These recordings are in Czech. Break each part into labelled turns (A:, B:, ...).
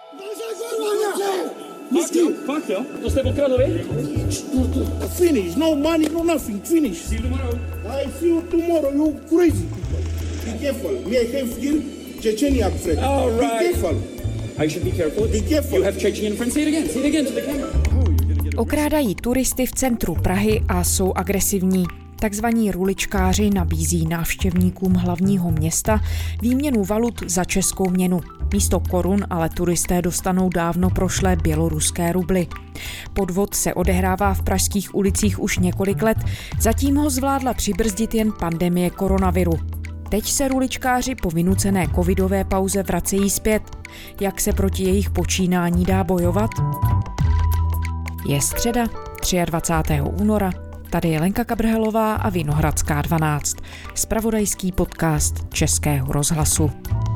A: Fakt jo? To jste okradl vy?
B: Finish, no money, no nothing, finish.
A: See you tomorrow.
B: I see you tomorrow, you crazy people. Be careful, me I came here, Chechnya friend.
A: All right.
B: Be careful.
A: I should be careful.
B: Be careful.
A: You have Chechen friends. Say it again to the camera.
C: Okrádají turisty v centru Prahy a jsou agresivní. Takzvaní ruličkáři nabízí návštěvníkům hlavního města výměnu valut za českou měnu. Místo korun ale turisté dostanou dávno prošlé běloruské rubly. Podvod se odehrává v pražských ulicích už několik let, zatím ho zvládla přibrzdit jen pandemie koronaviru. Teď se ruličkáři po vynucené covidové pauze vracejí zpět. Jak se proti jejich počínání dá bojovat? Je středa, 23. února. Tady je Lenka Kabrhelová a Vinohradská 12, zpravodajský podcast Českého rozhlasu.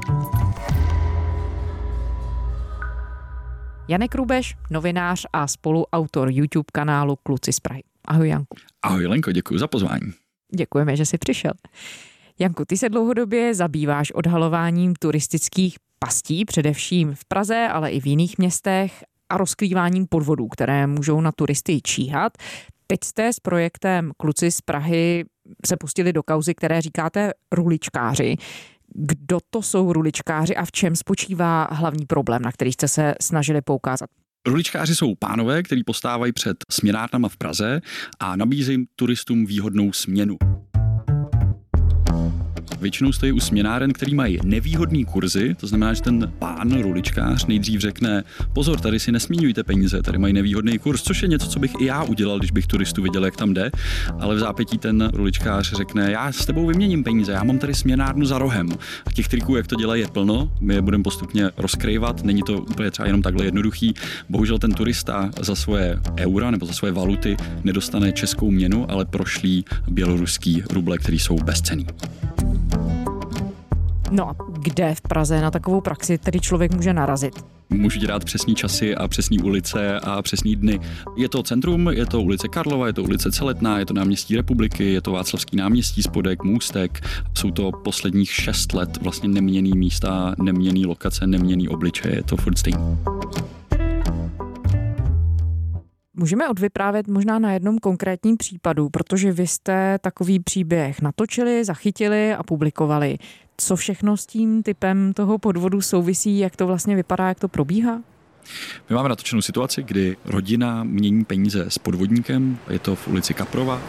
C: Janek Rubeš, novinář a spoluautor YouTube kanálu Kluci z Prahy. Ahoj Janku.
D: Ahoj Lenko, děkuji za pozvání.
C: Děkujeme, že jsi přišel. Janku, ty se dlouhodobě zabýváš odhalováním turistických pastí, především v Praze, ale i v jiných městech a rozkrýváním podvodů, které můžou na turisty číhat. Teď jste s projektem Kluci z Prahy se pustili do kauzy, které říkáte ruličkáři. Kdo to jsou ruličkáři a v čem spočívá hlavní problém, na který jste se snažili poukázat?
D: Ruličkáři jsou pánové, kteří postávají před směnárnama v Praze a nabízejí turistům výhodnou směnu. Většinou stojí u směnáren, který mají nevýhodný kurzy, to znamená, že ten pán ruličkář nejdřív řekne: pozor, tady si nesměňujte peníze, tady mají nevýhodný kurz, což je něco, co bych i já udělal, když bych turistu viděl, jak tam jde, ale v zápětí ten ruličkář řekne: já s tebou vyměním peníze, já mám tady směnárnu za rohem. A těch triků, jak to dělají, je plno, my je budeme postupně rozkrývat, není to úplně třeba jenom takhle jednoduchý. Bohužel ten turista za svoje eura nebo za svoje valuty nedostane českou měnu, ale prošlý běloruský ruble, který jsou bezcenný.
C: No a kde v Praze na takovou praxi tedy člověk může narazit?
D: Můžu ti dát přesný časy a přesný ulice a přesný dny. Je to centrum, je to ulice Karlova, je to ulice Celetná, je to náměstí Republiky, je to Václavský náměstí, Spodek, Můstek. Jsou to posledních 6 let vlastně neměnný místa, neměnný lokace, neměnný obličeje, je to furt stejný.
C: Můžeme odvyprávět možná na jednom konkrétním případu, protože vy jste takový příběh natočili, zachytili a publikovali. Co všechno s tím typem toho podvodu souvisí, jak to vlastně vypadá, jak to probíhá?
D: My máme natočenou situaci, kdy rodina mění peníze s podvodníkem, je to v ulici Kaprova.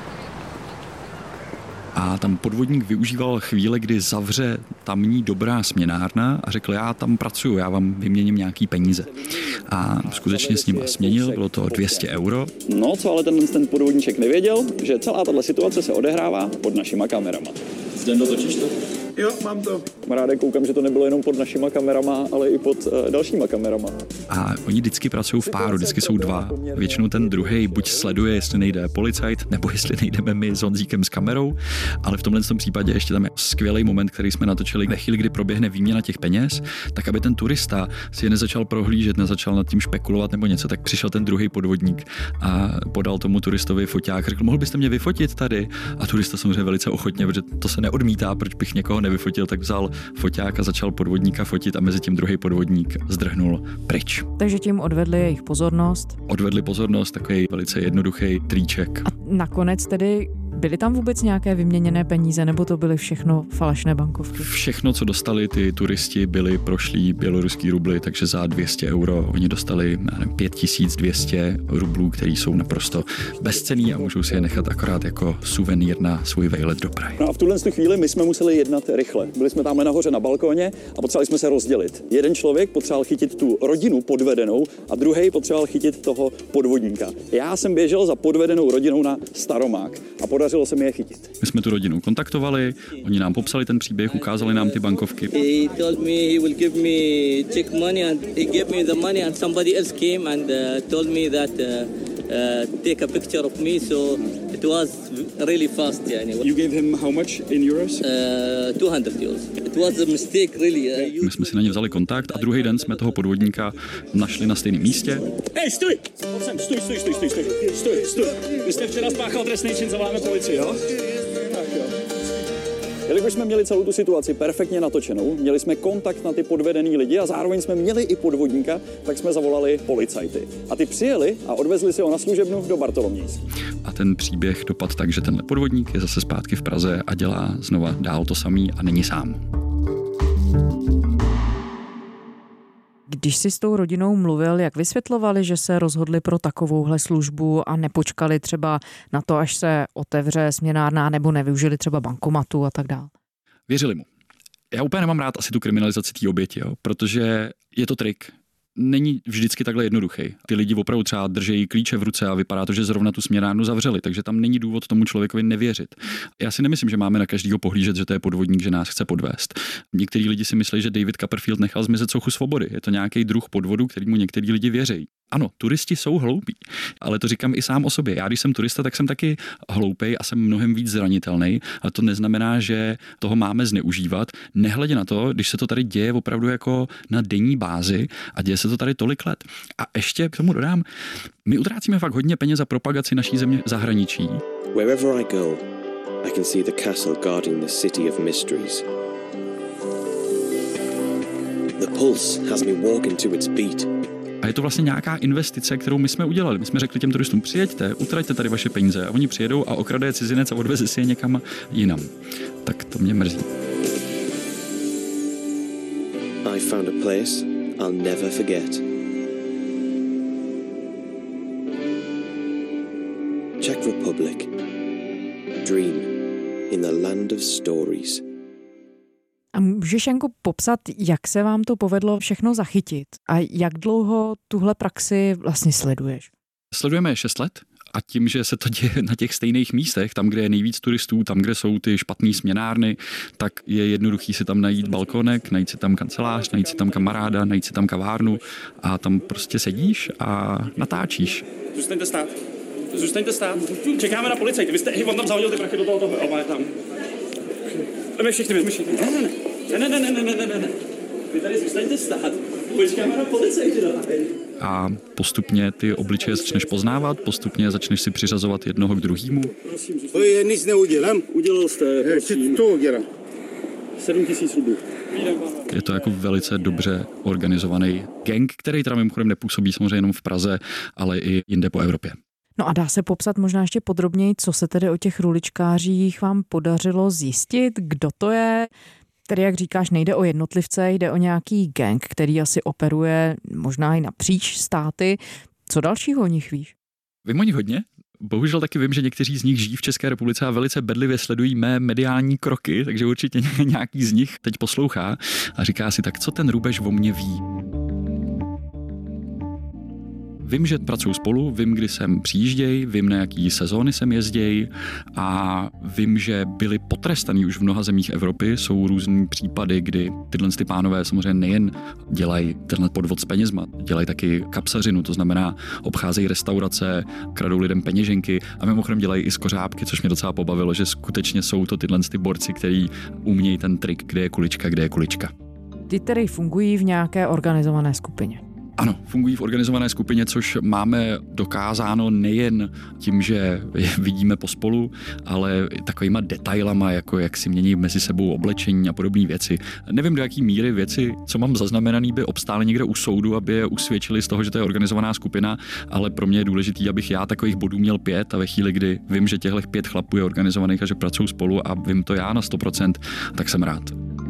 D: A tam podvodník využíval chvíle, kdy zavře tamní dobrá směnárna a řekl: já tam pracuju, já vám vyměním nějaký peníze. A skutečně s ním směnil, bylo to 200 euro.
E: No, co ale ten podvodníček nevěděl, že celá tato situace se odehrává pod našima kamerama.
A: Zdendo, točíš to?
B: Jo, mám to.
E: Kamaráde, koukám, že to nebylo jenom pod našima kamerama, ale i pod dalšíma kamerama.
D: A oni vždycky pracují v páru, vždycky jsou dva. Většinou ten druhý buď sleduje, jestli nejde policajt, nebo jestli nejdeme my s Honzíkem s kamerou, ale v tomhle případě ještě tam je skvělý moment, který jsme natočili ve chvíli, kdy proběhne výměna těch peněz, tak aby ten turista si je nezačal prohlížet, nezačal nad tím spekulovat nebo něco, tak přišel ten druhý podvodník a podal tomu turistovi foťák, řekl: mohl byste mě vyfotit tady? A turista samozřejmě velice ochotně, protože to se neodmítá, proč bych někoho nevyfotil, tak vzal foťák a začal podvodníka fotit a mezi tím druhý podvodník zdrhnul pryč.
C: Takže tím odvedli jejich pozornost.
D: Odvedli pozornost, takový velice jednoduchý triček.
C: A nakonec tedy byly tam vůbec nějaké vyměněné peníze, nebo to byly všechno falešné bankovky?
D: Všechno, co dostali ty turisti, byly prošlý běloruský rubly, takže za 200 euro oni dostali 5200 rublů, které jsou naprosto bezcenný a můžou si je nechat akorát jako suvenýr na svůj vejlet do Prahy.
E: No a v tuhle chvíli my jsme museli jednat rychle. Byli jsme tamhle nahoře na balkóně a potřebovali jsme se rozdělit. Jeden člověk potřeboval chytit tu rodinu podvedenou a druhý potřeboval chytit toho podvodníka. Já jsem běžel za podvedenou rodinou na Staromák a podařilo se mi je chytit.
D: My jsme tu rodinu kontaktovali, oni nám popsali ten příběh, ukázali nám ty bankovky.
F: He told me he will give me check money and he gave me the money and somebody else came and told me that take a picture of me, so it was really fast.
E: You gave him how much in euros?
F: 200 euros. It was a mistake really.
D: My jsme si na ně vzali kontakt a druhý den jsme toho podvodníka našli na stejném místě.
A: Hej, stůj! Stůj! Vy jste včera spáchal trestný čin, zavoláme policii, jo?
E: Tak jo. Jelikož jsme měli celou tu situaci perfektně natočenou, měli jsme kontakt na ty podvedený lidi a zároveň jsme měli i podvodníka, tak jsme zavolali policajty. A ty přijeli a odvezli si ho na služebnu do Bartolomějsk.
D: A ten příběh dopadl tak, že tenhle podvodník je zase zpátky v Praze a dělá znova dál to samý a není sám.
C: Když jsi s tou rodinou mluvil, jak vysvětlovali, že se rozhodli pro takovouhle službu a nepočkali třeba na to, až se otevře směnárna, nebo nevyužili třeba bankomatu a tak dále?
D: Věřili mu. Já úplně nemám rád asi tu kriminalizaci té oběti, jo, protože je to trik. Není vždycky takhle jednoduchý. Ty lidi opravdu třeba držejí klíče v ruce a vypadá to, že zrovna tu směnárnu zavřeli, takže tam není důvod tomu člověkovi nevěřit. Já si nemyslím, že máme na každého pohlížet, že to je podvodník, že nás chce podvést. Někteří lidi si myslí, že David Copperfield nechal zmizet sochu svobody. Je to nějaký druh podvodu, kterýmu některý lidi věří. Ano, turisti jsou hloupí, ale to říkám i sám o sobě. Já, když jsem turista, tak jsem taky hloupej a jsem mnohem víc zranitelný, ale to neznamená, že toho máme zneužívat. Nehledě na to, když se to tady děje opravdu jako na denní bázi a děje se to tady tolik let. A ještě k tomu dodám, my utrácíme fakt hodně peněz za propagaci naší země v zahraničí.
G: Wherever I go, I can see the castle guarding the city of mysteries. The pulse has me walking to its beat.
D: A je to vlastně nějaká investice, kterou my jsme udělali. My jsme řekli těm turistům, přijeďte, utraťte tady vaše peníze a oni přijedou a okrade cizinec a odveze si je někam jinam. Tak to mě mrzí.
G: I found a place I'll never forget. Czech Republic. Dream in the land of stories.
C: A můžeš, Janko, popsat, jak se vám to povedlo všechno zachytit a jak dlouho tuhle praxi vlastně sleduješ?
D: Sledujeme 6 let a tím, že se to děje na těch stejných místech, tam, kde je nejvíc turistů, tam, kde jsou ty špatný směnárny, tak je jednoduchý si tam najít balkonek, najít si tam kancelář, najít si tam kamaráda, najít si tam kavárnu a tam prostě sedíš a natáčíš.
A: Zůstaňte stát. Čekáme na policajty. On tam zahodil ty prachy do toho, ale tam. Jdeme všichni. Ne. Vy tady zůstaňte stát. Počkáme na policajty.
D: A postupně ty obličeje začneš poznávat, postupně začneš si přiřazovat jednoho k druhému.
B: To je nic neudělám.
A: Udělal jste, prosím.
B: To udělám.
A: 7 000 rublů.
D: Je to jako velice dobře organizovaný gang, který teda mimochodem nepůsobí samozřejmě jenom v Praze, ale i jinde po Evropě.
C: No a dá se popsat možná ještě podrobněji, co se tedy o těch ruličkářích vám podařilo zjistit, kdo to je? Tedy, jak říkáš, nejde o jednotlivce, jde o nějaký gang, který asi operuje možná i napříč státy. Co dalšího o nich víš?
D: Vím o nich hodně. Bohužel taky vím, že někteří z nich žijí v České republice a velice bedlivě sledují mé mediální kroky, takže určitě nějaký z nich teď poslouchá a říká si, tak co ten Rubeš o mě ví? Vím, že pracují spolu, vím, kdy sem přijíždějí, vím, na jaký sezóny sem jezdějí a vím, že byli potrestaní už v mnoha zemích Evropy. Jsou různý případy, kdy tyhle pánové samozřejmě nejen dělají tenhle podvod s penězma, dělají taky kapsařinu, to znamená obcházejí restaurace, kradou lidem peněženky a mimochodem dělají i skořápky, což mě docela pobavilo, že skutečně jsou to tyhle borci, kteří umějí ten trik, kde je kulička, kde je kulička.
C: Ty tedy fungují v nějaké organizované skupině.
D: Ano, fungují v organizované skupině, což máme dokázáno nejen tím, že je vidíme pospolu, ale takovýma detailama, jako jak si mění mezi sebou oblečení a podobné věci. Nevím, do jaký míry věci, co mám zaznamenaný, by obstály někde u soudu, aby je usvědčili z toho, že to je organizovaná skupina, ale pro mě je důležitý, abych já takových bodů měl 5 a ve chvíli, kdy vím, že těchto 5 chlapů je organizovaných a že pracují spolu a vím to já na 100%, tak jsem rád.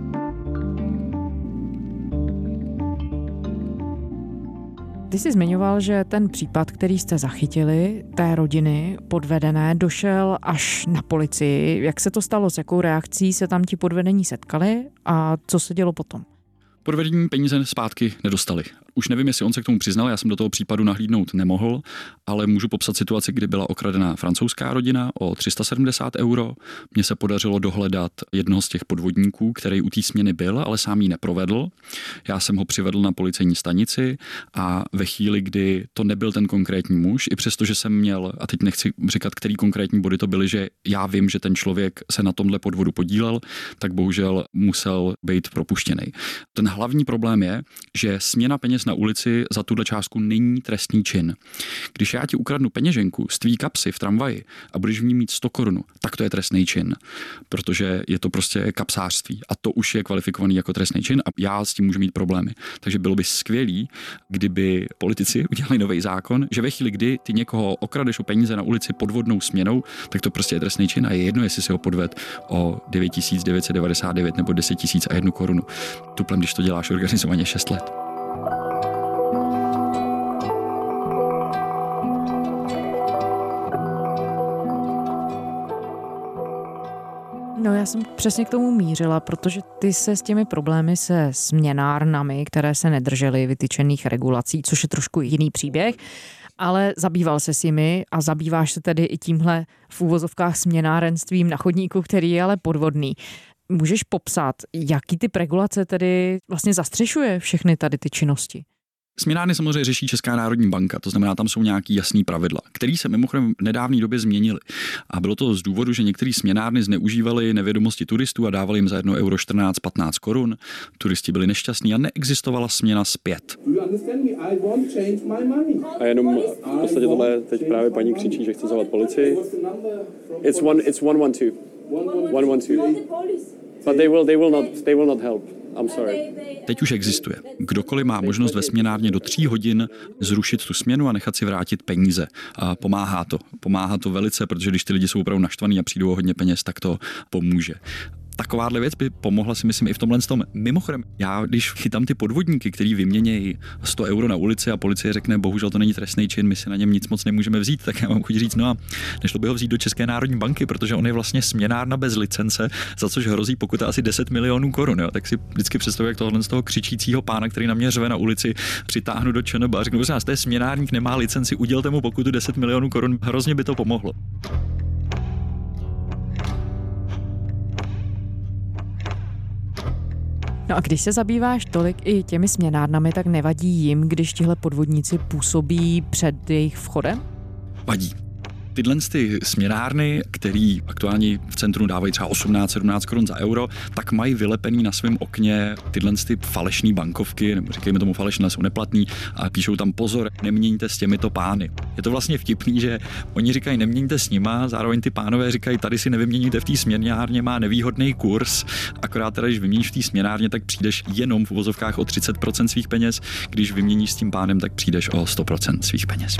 C: Ty jsi zmiňoval, že ten případ, který jste zachytili, té rodiny podvedené, došel až na policii. Jak se to stalo? S jakou reakcí se tam ti podvedení setkali a co se dělo potom?
D: Podvedení peníze zpátky nedostali. Už nevím, jestli on se k tomu přiznal, já jsem do toho případu nahlídnout nemohl, ale můžu popsat situaci, kdy byla okradená francouzská rodina o 370 €. Mně se podařilo dohledat jednoho z těch podvodníků, který u té směny byl, ale sám ji neprovedl. Já jsem ho přivedl na policejní stanici a ve chvíli, kdy to nebyl ten konkrétní muž, i přesto, že jsem měl, a teď nechci říkat, který konkrétní body to byly, že já vím, že ten člověk se na tomhle podvodu podílel, tak bohužel musel být propuštěný. Ten hlavní problém je, že směna peněz peněz na ulici za tuhle částku není trestný čin. Když já ti ukradnu peněženku z tvý kapsy v tramvaji a budeš v ní mít 100 korun, tak to je trestný čin, protože je to prostě kapsářství a to už je kvalifikovaný jako trestný čin a já s tím můžu mít problémy. Takže bylo by skvělý, kdyby politici udělali nový zákon, že ve chvíli, kdy ty někoho okradeš o peníze na ulici podvodnou směnou, tak to prostě je trestný čin a je jedno, jestli si ho podved o 9999 nebo 10 001 korunu. Tuplem, když to děláš organizovaně 6 let.
C: No já jsem přesně k tomu mířila, protože ty se s těmi problémy se směnárnami, které se nedržely vytyčených regulací, což je trošku jiný příběh, ale zabýval se s nimi a zabýváš se tedy i tímhle v úvozovkách směnárenstvím na chodníku, který je ale podvodný. Můžeš popsat, jaký typ regulace tedy vlastně zastřešuje všechny tady ty činnosti?
D: Směnárny samozřejmě řeší Česká národní banka, to znamená, tam jsou nějaký jasný pravidla, které se mimochodem v nedávné době změnily. A bylo to z důvodu, že některé směnárny zneužívaly nevědomosti turistů a dávali jim za 1 euro 14-15 korun. Turisti byli nešťastní a neexistovala směna zpět.
E: A jenom v podstatě tohle teď právě paní křičí, že chce zavolat policii. It's 112. 112. But they will not help. I'm sorry.
D: Teď už existuje. Kdokoliv má možnost ve směnárně do 3 hodin zrušit tu směnu a nechat si vrátit peníze. A pomáhá to. Pomáhá to velice, protože když ty lidi jsou opravdu naštvaný a přijdou o hodně peněz, tak to pomůže. Takováhle věc by pomohla si myslím i v tomhle tom. Mimochodem, já když chytám ty podvodníky, který vyměnějí 100 euro na ulici a policie řekne, bohužel to není trestný čin, my si na něm nic moc nemůžeme vzít, tak já mám chuť říct, no a nešlo by ho vzít do České národní banky, protože on je vlastně směnárna bez licence, za což hrozí pokuta asi 10 milionů korun. Jo. Tak si vždycky představuji, jak tohle z toho křičícího pána, který na mě řve na ulici, přitáhnu do ČNB a řeknu, prosím vás, to je směnárník, nemá licenci, udělte mu pokutu 10 milionů korun, hrozně by to pomohlo.
C: No a když se zabýváš tolik i těmi směnárnami, tak nevadí jim, když tihle podvodníci působí před jejich vchodem?
D: Vadí. Tyhle ty směnárny, který aktuálně v centru dávají třeba 18-17 korun za euro, tak mají vylepený na svém okně tyhle ty falešné bankovky, nebo říkejme tomu falešné, jsou neplatný a píšou tam pozor, neměňte s těmito pány. Je to vlastně vtipný, že oni říkají neměňte s nima, zároveň ty pánové říkají tady si nevyměňujte v té směnárně, má nevýhodný kurz, akorát teda, když vyměníš v té směnárně, tak přijdeš jenom v uvozovkách o 30% svých peněz, když vyměníš s tím pánem, tak přijdeš o 100% svých peněz.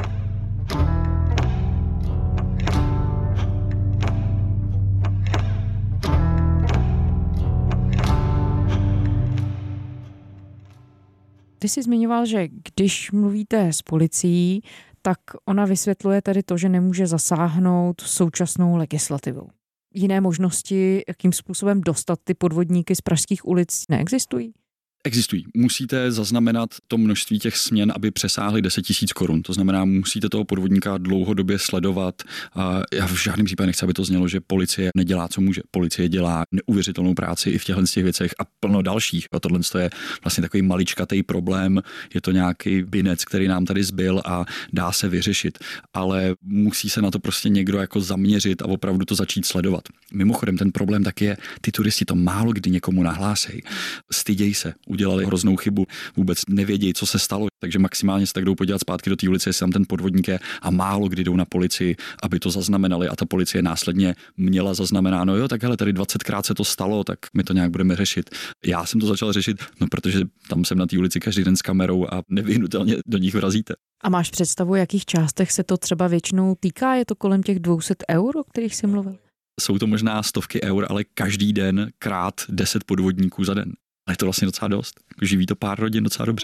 C: Ty jsi zmiňoval, že když mluvíte s policií, tak ona vysvětluje tady to, že nemůže zasáhnout současnou legislativou. Jiné možnosti, jakým způsobem dostat ty podvodníky z pražských ulic, neexistují?
D: Existují. Musíte zaznamenat to množství těch směn, aby přesáhly 10 000 korun. To znamená, musíte toho podvodníka dlouhodobě sledovat. A já v žádném případě nechci, aby to znělo, že policie nedělá, co může. Policie dělá neuvěřitelnou práci i v těchto věcech a plno dalších. A tohle je vlastně takový maličkatý problém. Je to nějaký binec, který nám tady zbyl a dá se vyřešit. Ale musí se na to prostě někdo jako zaměřit a opravdu to začít sledovat. Mimochodem, ten problém taky je, ty turisti to málo kdy někomu nahlásejí. Stydějí se. Udělali hroznou chybu, vůbec nevědějí, co se stalo, takže maximálně se tak jdou podívat zpátky do té ulice, jestli tam ten podvodník je a málo kdy jdou na policii, aby to zaznamenali a ta policie následně měla zaznamenáno, jo, tak hele, tady 20krát se to stalo, tak my to nějak budeme řešit. Já jsem to začal řešit, no protože tam jsem na té ulici každý den s kamerou a nevyhnutelně do nich vrazíte.
C: A máš představu, jakých částech se to třeba většinou týká? Je to kolem těch 200 eur, o kterých jsi mluvil?
D: Jsou to možná stovky eur, ale každý den krát 10 podvodníků za den. Ale je to vlastně docela dost. Živí to pár rodin docela dobře.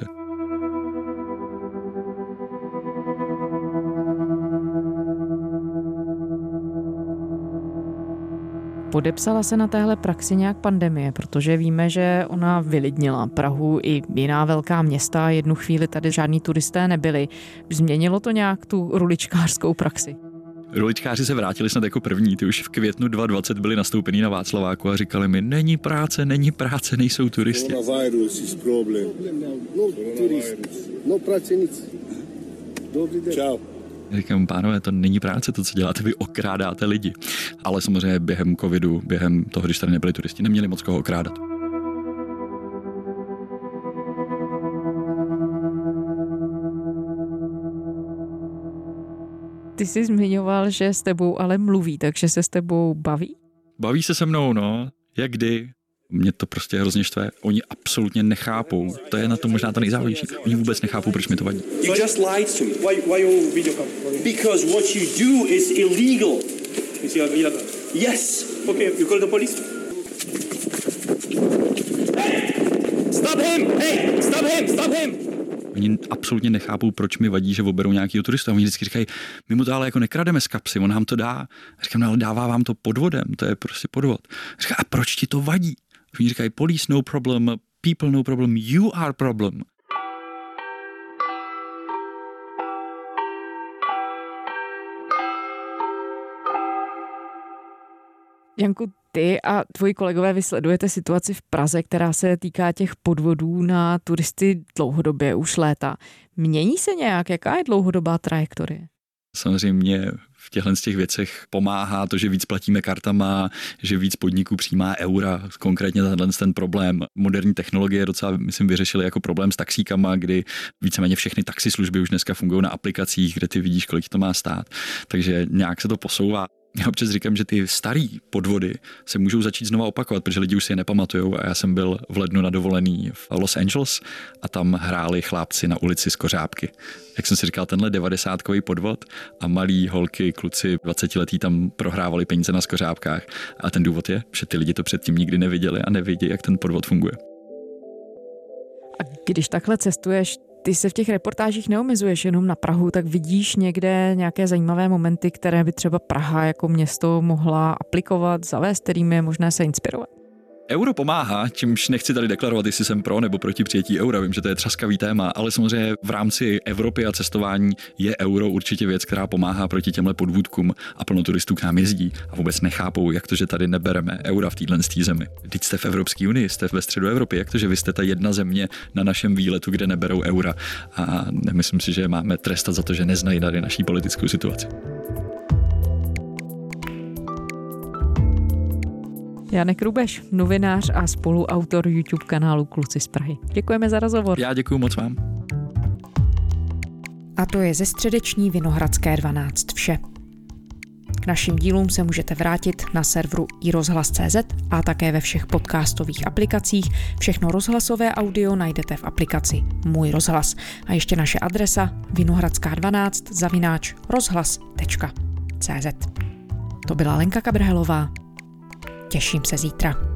C: Podepsala se na téhle praxi nějak pandemie, protože víme, že ona vylidnila Prahu i jiná velká města. Jednu chvíli tady žádní turisté nebyli. Změnilo to nějak tu ruličkářskou praxi?
D: Ruličkáři se vrátili snad jako první, ty už v květnu 2020 byli nastoupení na Václaváku a říkali mi, není práce, nejsou turisti.
B: Coronavirus is problem. No turist, no práce nic. Dobrý den. Čau.
D: Říkám, pánové, to není práce, to, co děláte, vy okrádáte lidi. Ale samozřejmě během covidu, během toho, když tady nebyli turisti, neměli moc koho okrádat.
C: Ty jsi zmiňoval, že s tebou ale mluví, takže se s tebou baví?
D: Baví se se mnou, no. Jak kdy. Mě to prostě hrozně štve. Oni absolutně nechápou. To je na tom možná to nejzávažnější. Oni vůbec nechápou, proč mi to vadí.
A: You just lied to me. Why you video cam? Because what you do is illegal. You see illegal? Yes. Okay, you call the police. Hey! Stop him! Hey! Stop him! Stop him!
D: Oni absolutně nechápou, proč mi vadí, že oberou nějakýho turista. Oni vždycky říkají, my mu to ale jako nekrademe z kapsy, on nám to dá. Říkám, no ale dává vám to podvodem, to je prostě podvod. Říká, a proč ti to vadí? Oni říkají, police no problem, people no problem, you are problem.
C: Janku, ty a tvoji kolegové vysledujete situaci v Praze, která se týká těch podvodů na turisty dlouhodobě, už léta. Mění se nějak? Jaká je dlouhodobá trajektorie?
D: Samozřejmě v těchto z těch věcech pomáhá to, že víc platíme kartama, že víc podniků přijímá eura. Konkrétně ten problém moderní technologie docela, myslím, vyřešili jako problém s taxíkama, kdy víceméně všechny taxislužby už dneska fungují na aplikacích, kde ty vidíš, kolik to má stát. Takže nějak se to posouvá. Já občas říkám, že ty starý podvody se můžou začít znova opakovat, protože lidi už si je nepamatujou a já jsem byl v lednu na dovolený v Los Angeles a tam hráli chlápci na ulici z kořápky. Jak jsem si říkal, tenhle 90kový podvod a malí holky, kluci 20letí tam prohrávali peníze na skořápkách. A ten důvod je, že ty lidi to předtím nikdy neviděli a nevědí, jak ten podvod funguje.
C: A když takhle cestuješ, ty se v těch reportážích neomezuješ jenom na Prahu, tak vidíš někde nějaké zajímavé momenty, které by třeba Praha jako město mohla aplikovat, zavést, kterými je možné se inspirovat?
D: Euro pomáhá, čímž nechci tady deklarovat, jestli jsem pro nebo proti přijetí eura. Vím, že to je třaskavý téma, ale samozřejmě v rámci Evropy a cestování je euro určitě věc, která pomáhá proti těmhle podvůdkům a plno turistů k nám jezdí a vůbec nechápou, jak to, že tady nebereme eura v téhle zemi. Vždyť jste v Evropské unii, jste ve středu Evropy, jak to, že vy jste ta jedna země na našem výletu, kde neberou eura a nemyslím si, že máme trestat za to, že neznají tady naší politickou situaci.
C: Janek Rubeš, novinář a spoluautor YouTube kanálu Kluci z Prahy. Děkujeme za rozhovor.
D: Já děkuju moc vám.
C: A to je ze středeční Vinohradské 12 vše. K našim dílům se můžete vrátit na serveru iRozhlas.cz a také ve všech podcastových aplikacích. Všechno rozhlasové audio najdete v aplikaci Můj rozhlas. A ještě naše adresa vinohradská12@rozhlas.cz. To byla Lenka Kabrhelová. Těším se zítra.